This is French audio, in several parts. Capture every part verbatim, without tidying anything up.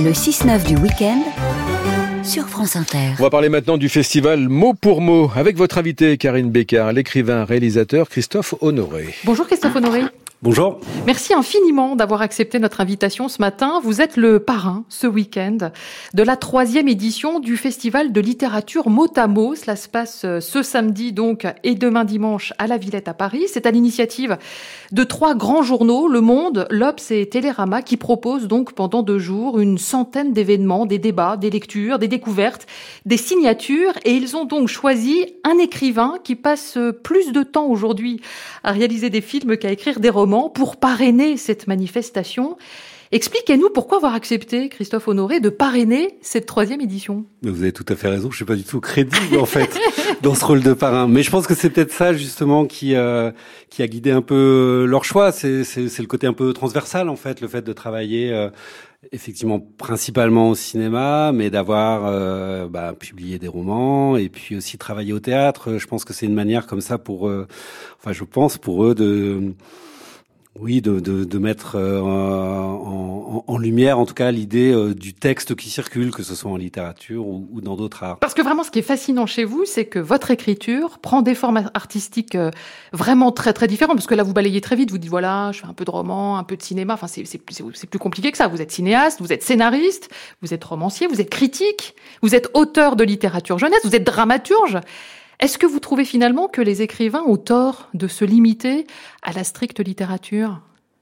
Le six neuf du week-end sur France Inter. On va parler maintenant du festival Mot pour Mot avec votre invité Karine Bécard, l'écrivain réalisateur Christophe Honoré. Bonjour Christophe Honoré. Bonjour. Merci infiniment d'avoir accepté notre invitation ce matin. Vous êtes le parrain, ce week-end, de la troisième édition du festival de littérature Mot à Mot. Cela se passe ce samedi donc et demain dimanche à la Villette à Paris. C'est à l'initiative de trois grands journaux, Le Monde, l'Obs et Télérama, qui proposent donc pendant deux jours une centaine d'événements, des débats, des lectures, des découvertes, des signatures. Et ils ont donc choisi un écrivain qui passe plus de temps aujourd'hui à réaliser des films qu'à écrire des romans pour parrainer cette manifestation. Expliquez-nous pourquoi avoir accepté, Christophe Honoré, de parrainer cette troisième édition. Vous avez tout à fait raison, je suis pas du tout crédible en fait dans ce rôle de parrain. Mais je pense que c'est peut-être ça justement qui euh, qui a guidé un peu leur choix. C'est, c'est, c'est le côté un peu transversal en fait, le fait de travailler euh, effectivement principalement au cinéma, mais d'avoir euh, bah, publié des romans et puis aussi travailler au théâtre. Je pense que c'est une manière comme ça pour, euh, enfin je pense pour eux de Oui, de, de, de mettre euh, en, en lumière, en tout cas, l'idée euh, du texte qui circule, que ce soit en littérature ou, ou dans d'autres arts. Parce que vraiment, ce qui est fascinant chez vous, c'est que votre écriture prend des formes artistiques euh, vraiment très, très différentes. Parce que là, vous balayez très vite, vous dites, voilà, je fais un peu de roman, un peu de cinéma. Enfin, c'est, c'est, c'est plus compliqué que ça. Vous êtes cinéaste, vous êtes scénariste, vous êtes romancier, vous êtes critique, vous êtes auteur de littérature jeunesse, vous êtes dramaturge. Est-ce que vous trouvez finalement que les écrivains ont tort de se limiter à la stricte littérature ?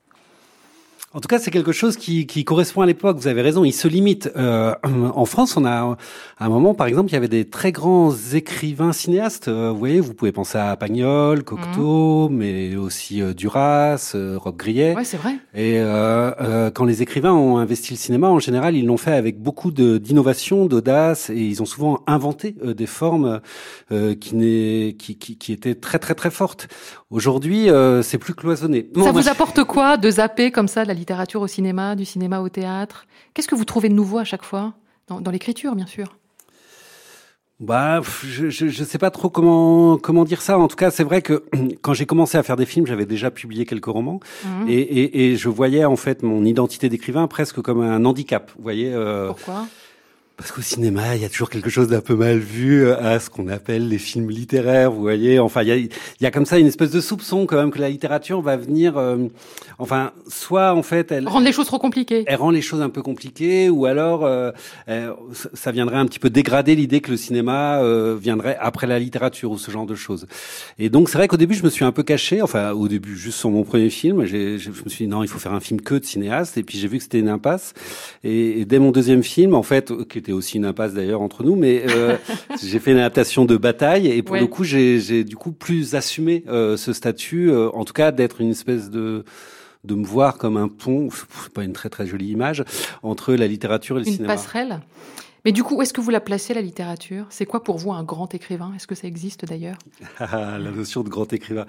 En tout cas, c'est quelque chose qui, qui correspond à l'époque. Vous avez raison, il se limite. Euh, en France, on a à un moment, par exemple, il y avait des très grands écrivains cinéastes. Euh, vous voyez, vous pouvez penser à Pagnol, Cocteau, mmh. mais aussi euh, Duras, euh, Roch-Grillet. Ouais, c'est vrai. Et euh, euh, quand les écrivains ont investi le cinéma, en général, ils l'ont fait avec beaucoup de, d'innovation, d'audace, et ils ont souvent inventé euh, des formes euh, qui, n'est, qui, qui, qui étaient très, très, très fortes. Aujourd'hui, euh, c'est plus cloisonné. Ça bon, vous moi, apporte quoi de zapper comme ça la littérature au cinéma, du cinéma au théâtre ? Qu'est-ce que vous trouvez de nouveau à chaque fois ? Dans, dans l'écriture, bien sûr. Bah, je, je, je sais pas trop comment comment dire ça. En tout cas, c'est vrai que quand j'ai commencé à faire des films, j'avais déjà publié quelques romans, mmh. et, et, et je voyais en fait mon identité d'écrivain presque comme un handicap. Vous voyez. Euh, Pourquoi ? Parce qu'au cinéma, il y a toujours quelque chose d'un peu mal vu à ce qu'on appelle les films littéraires, vous voyez. Enfin, il y a, il y a comme ça une espèce de soupçon quand même que la littérature va venir, euh, enfin, soit en fait, elle rend les choses trop compliquées. Elle rend les choses un peu compliquées, ou alors euh, euh, ça viendrait un petit peu dégrader l'idée que le cinéma euh, viendrait après la littérature ou ce genre de choses. Et donc c'est vrai qu'au début, je me suis un peu caché. Enfin, au début, juste sur mon premier film, j'ai, je me suis dit non, il faut faire un film que de cinéaste. Et puis j'ai vu que c'était une impasse. Et, et dès mon deuxième film, en fait, qui était aussi une impasse d'ailleurs entre nous, mais euh, j'ai fait une adaptation de Bataille et pour ouais. le coup j'ai, j'ai du coup plus assumé euh, ce statut, euh, en tout cas d'être une espèce de de me voir comme un pont, c'est pas une très très jolie image, entre la littérature et le une cinéma. Une passerelle. Mais du coup, où est-ce que vous la placez, la littérature ? C'est quoi pour vous un grand écrivain ? Est-ce que ça existe d'ailleurs ? La notion de grand écrivain.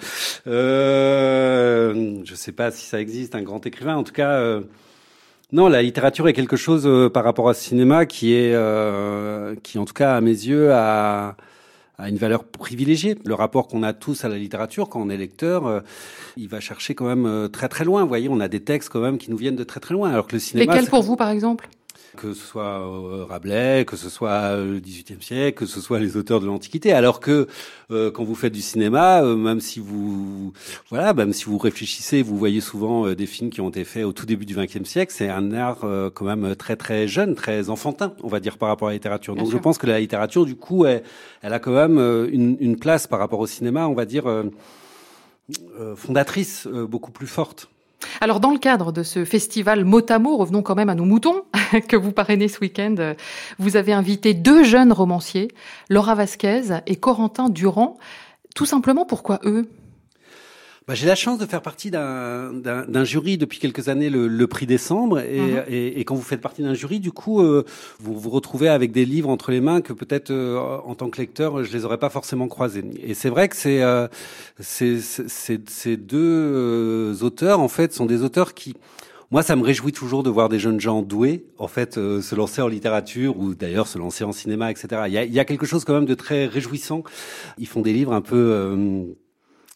Euh, je sais pas si ça existe, un grand écrivain. En tout cas, euh, non, la littérature est quelque chose euh, par rapport au cinéma qui est, euh, qui en tout cas à mes yeux a, a une valeur privilégiée. Le rapport qu'on a tous à la littérature quand on est lecteur, euh, il va chercher quand même euh, très très loin. Vous voyez, on a des textes quand même qui nous viennent de très très loin. Alors que le cinéma. Lesquels pour vous, par exemple ? Que ce soit euh, Rabelais, que ce soit le dix-huitième siècle, que ce soit les auteurs de l'Antiquité, alors que euh, quand vous faites du cinéma, euh, même si vous, voilà, même si vous réfléchissez, vous voyez souvent euh, des films qui ont été faits au tout début du vingtième siècle. C'est un art euh, quand même très très jeune, très enfantin, on va dire par rapport à la littérature. Bien Donc sûr. Je pense que la littérature, du coup, elle, elle a quand même euh, une, une place par rapport au cinéma, on va dire euh, euh, fondatrice, euh, beaucoup plus forte. Alors, dans le cadre de ce festival Mot à Mot, revenons quand même à nos moutons que vous parrainez ce week-end. Vous avez invité deux jeunes romanciers, Laura Vasquez et Corentin Durand. Tout simplement, pourquoi eux ? Bah, j'ai la chance de faire partie d'un, d'un, d'un jury depuis quelques années, le, le prix Décembre. Et, mmh. et, et quand vous faites partie d'un jury, du coup, euh, vous vous retrouvez avec des livres entre les mains que peut-être, euh, en tant que lecteur, je les aurais pas forcément croisés. Et c'est vrai que c'est, euh, c'est, c'est, c'est, ces deux euh, auteurs, en fait, sont des auteurs qui... Moi, ça me réjouit toujours de voir des jeunes gens doués, en fait, euh, se lancer en littérature ou d'ailleurs se lancer en cinéma, et cetera. Il y a, il y a quelque chose quand même de très réjouissant. Ils font des livres un peu... Euh,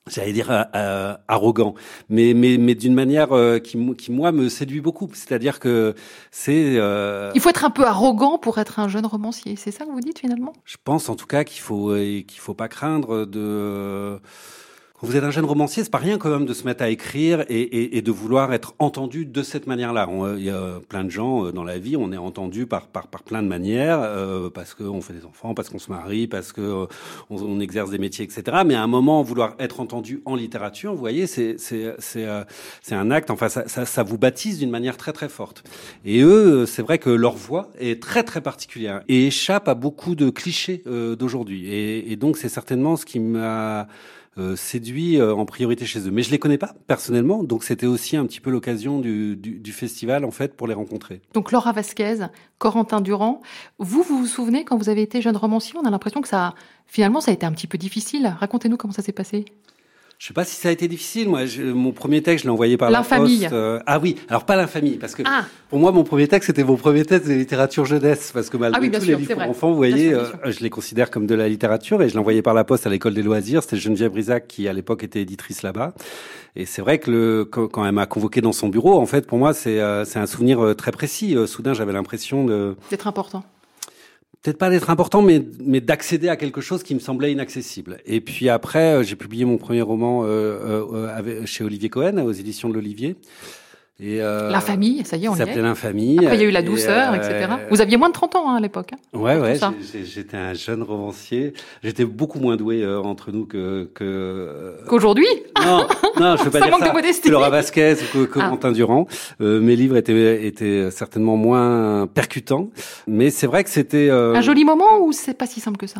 j'allais dire euh, euh, arrogant, mais mais mais d'une manière euh, qui qui moi me séduit beaucoup. C'est-à-dire que c'est. Euh... Il faut être un peu arrogant pour être un jeune romancier. C'est ça que vous dites finalement ? Je pense en tout cas qu'il faut euh, qu'il faut pas craindre de. Euh... Quand vous êtes un jeune romancier, c'est pas rien quand même de se mettre à écrire et, et, et de vouloir être entendu de cette manière-là. Il y a plein de gens dans la vie, on est entendu par par par plein de manières, euh, parce qu'on fait des enfants, parce qu'on se marie, parce que euh, on, on exerce des métiers, et cetera. Mais à un moment, vouloir être entendu en littérature, vous voyez, c'est c'est c'est euh, c'est un acte. Enfin, ça, ça ça vous baptise d'une manière très très forte. Et eux, c'est vrai que leur voix est très très particulière et échappe à beaucoup de clichés euh, d'aujourd'hui. Et, et donc, c'est certainement ce qui m'a Euh, séduit euh, en priorité chez eux. Mais je les connais pas personnellement, donc c'était aussi un petit peu l'occasion du, du, du festival en fait pour les rencontrer. Donc Laura Vasquez, Corentin Durand, vous vous vous souvenez quand vous avez été jeune romancier, on a l'impression que ça, finalement, ça a été un petit peu difficile. Racontez-nous comment ça s'est passé. Je sais pas si ça a été difficile. Moi, je, mon premier texte, je l'ai envoyé par la poste. Euh, ah oui, alors pas L'Infamie, parce que ah. pour moi, mon premier texte, c'était mon premier texte de littérature jeunesse, parce que malgré ah oui, tous sûr, les livres pour enfants, vous voyez, sûr, euh, je les considère comme de la littérature, et je l'ai envoyé par la poste à l'école des loisirs. C'était Geneviève Brisac qui, à l'époque, était éditrice là-bas. Et c'est vrai que le, quand elle m'a convoqué dans son bureau, en fait, pour moi, c'est, euh, c'est un souvenir très précis. Euh, soudain, j'avais l'impression de d'être important. Peut-être pas d'être important, mais, mais d'accéder à quelque chose qui me semblait inaccessible. Et puis après, euh, j'ai publié mon premier roman euh, euh, avec, chez Olivier Cohen, aux éditions de l'Olivier. Et euh, L'Infamie, ça y est, on y est. Ça s'appelait L'Infamie. Après, il y a eu La Douceur, et, et cetera. Vous aviez moins de trente ans hein, à l'époque. Hein, ouais, ouais. J'ai, j'étais un jeune romancier. J'étais beaucoup moins doué euh, entre nous que, que euh... qu'aujourd'hui. Non, non, je veux pas ça dire manque ça. De modestie. Que Laura Vasquez ou que, que ah. Corentin Durand. Euh, mes livres étaient, étaient certainement moins percutants, mais c'est vrai que c'était euh... un joli moment ou c'est pas si simple que ça.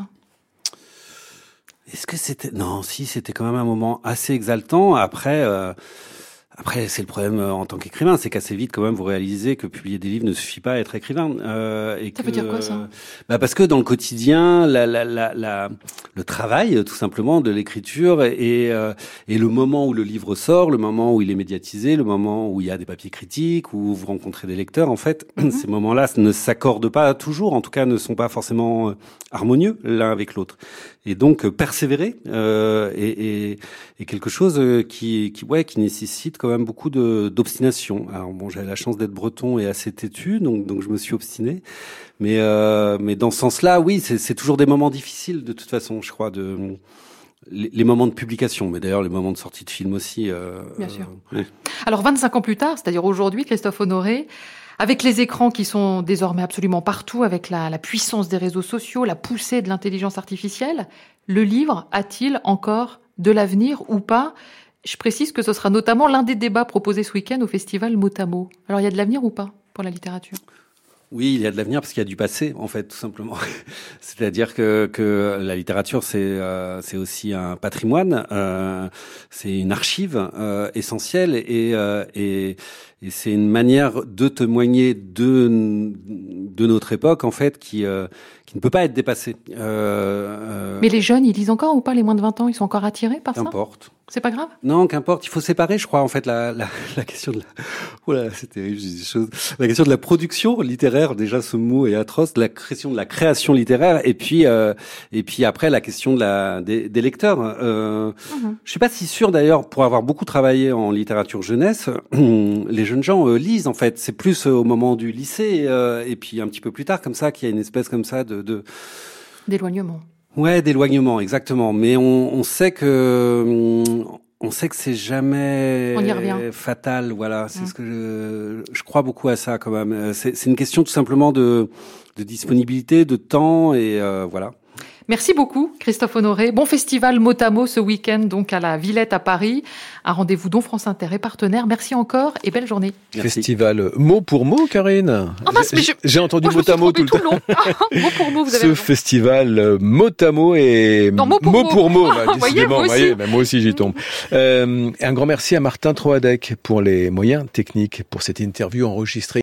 Est-ce que c'était non, si c'était quand même un moment assez exaltant. Après. Euh... Après, c'est le problème euh, en tant qu'écrivain, c'est qu'assez vite, quand même, vous réalisez que publier des livres ne suffit pas à être écrivain. Euh, et ça que, veut dire quoi, ça ? Bah parce que dans le quotidien, la, la, la, la, le travail, tout simplement, de l'écriture et, euh, et le moment où le livre sort, le moment où il est médiatisé, le moment où il y a des papiers critiques, où vous rencontrez des lecteurs, en fait, mm-hmm. ces moments-là ne s'accordent pas toujours, en tout cas, ne sont pas forcément harmonieux l'un avec l'autre. Et donc, persévérer euh, est, est, est quelque chose qui, qui, ouais, qui nécessite quand même beaucoup de, d'obstination. Alors bon, j'avais la chance d'être breton et assez têtu, donc donc je me suis obstiné. Mais euh, mais dans ce sens-là, oui, c'est, c'est toujours des moments difficiles de toute façon, je crois, de les, les moments de publication, mais d'ailleurs les moments de sortie de film aussi. Euh, Bien sûr. Euh, ouais. Alors vingt-cinq ans plus tard, c'est-à-dire aujourd'hui, Christophe Honoré, avec les écrans qui sont désormais absolument partout, avec la, la puissance des réseaux sociaux, la poussée de l'intelligence artificielle, le livre a-t-il encore de l'avenir ou pas ? Je précise que ce sera notamment l'un des débats proposés ce week-end au festival Motamo. Alors, il y a de l'avenir ou pas pour la littérature ? Oui, il y a de l'avenir parce qu'il y a du passé, en fait, tout simplement. C'est-à-dire que, que la littérature, c'est, euh, c'est aussi un patrimoine, euh, c'est une archive euh, essentielle et, euh, et, et c'est une manière de témoigner de, de notre époque, en fait, qui, euh, qui ne peut pas être dépassée. Euh, euh... Mais les jeunes, ils lisent encore ou pas, les moins de vingt ans ? Ils sont encore attirés par ça ? Qu'importe. C'est pas grave ? Non, qu'importe. Il faut séparer, je crois, en fait, la, la, la question de la, voilà, c'est terrible, je dis des choses. La question de la production littéraire, déjà, ce mot est atroce. La question de la création littéraire, et puis, euh, et puis après, la question de la, des, des lecteurs. Euh, mm-hmm. Je suis pas si sûr, d'ailleurs, pour avoir beaucoup travaillé en littérature jeunesse, les jeunes gens euh, lisent, en fait. C'est plus euh, au moment du lycée, euh, et puis un petit peu plus tard, comme ça, qu'il y a une espèce comme ça de, de... d'éloignement. Ouais, d'éloignement, exactement. Mais on, on sait que on sait que c'est jamais on y revient. Fatal. Voilà, c'est mmh. ce que je, je crois beaucoup à ça quand même. C'est, c'est une question tout simplement de, de disponibilité, de temps et euh, voilà. Merci beaucoup, Christophe Honoré. Bon festival Motamo ce week-end, donc à la Villette à Paris. Un rendez-vous dont France Inter est partenaire. Merci encore et belle journée. Merci. Festival mot pour mot, Karine. Oh mince, mais je... J'ai entendu Moi, Motamo tout le temps. Mot pour mot, vous avez Ce raison. festival Motamo et non, mot pour mot. Pour mot bah, oh, voyez, moi, voyez, bah, moi aussi j'y tombe. Euh, un grand merci à Martin Troadec pour les moyens techniques pour cette interview enregistrée.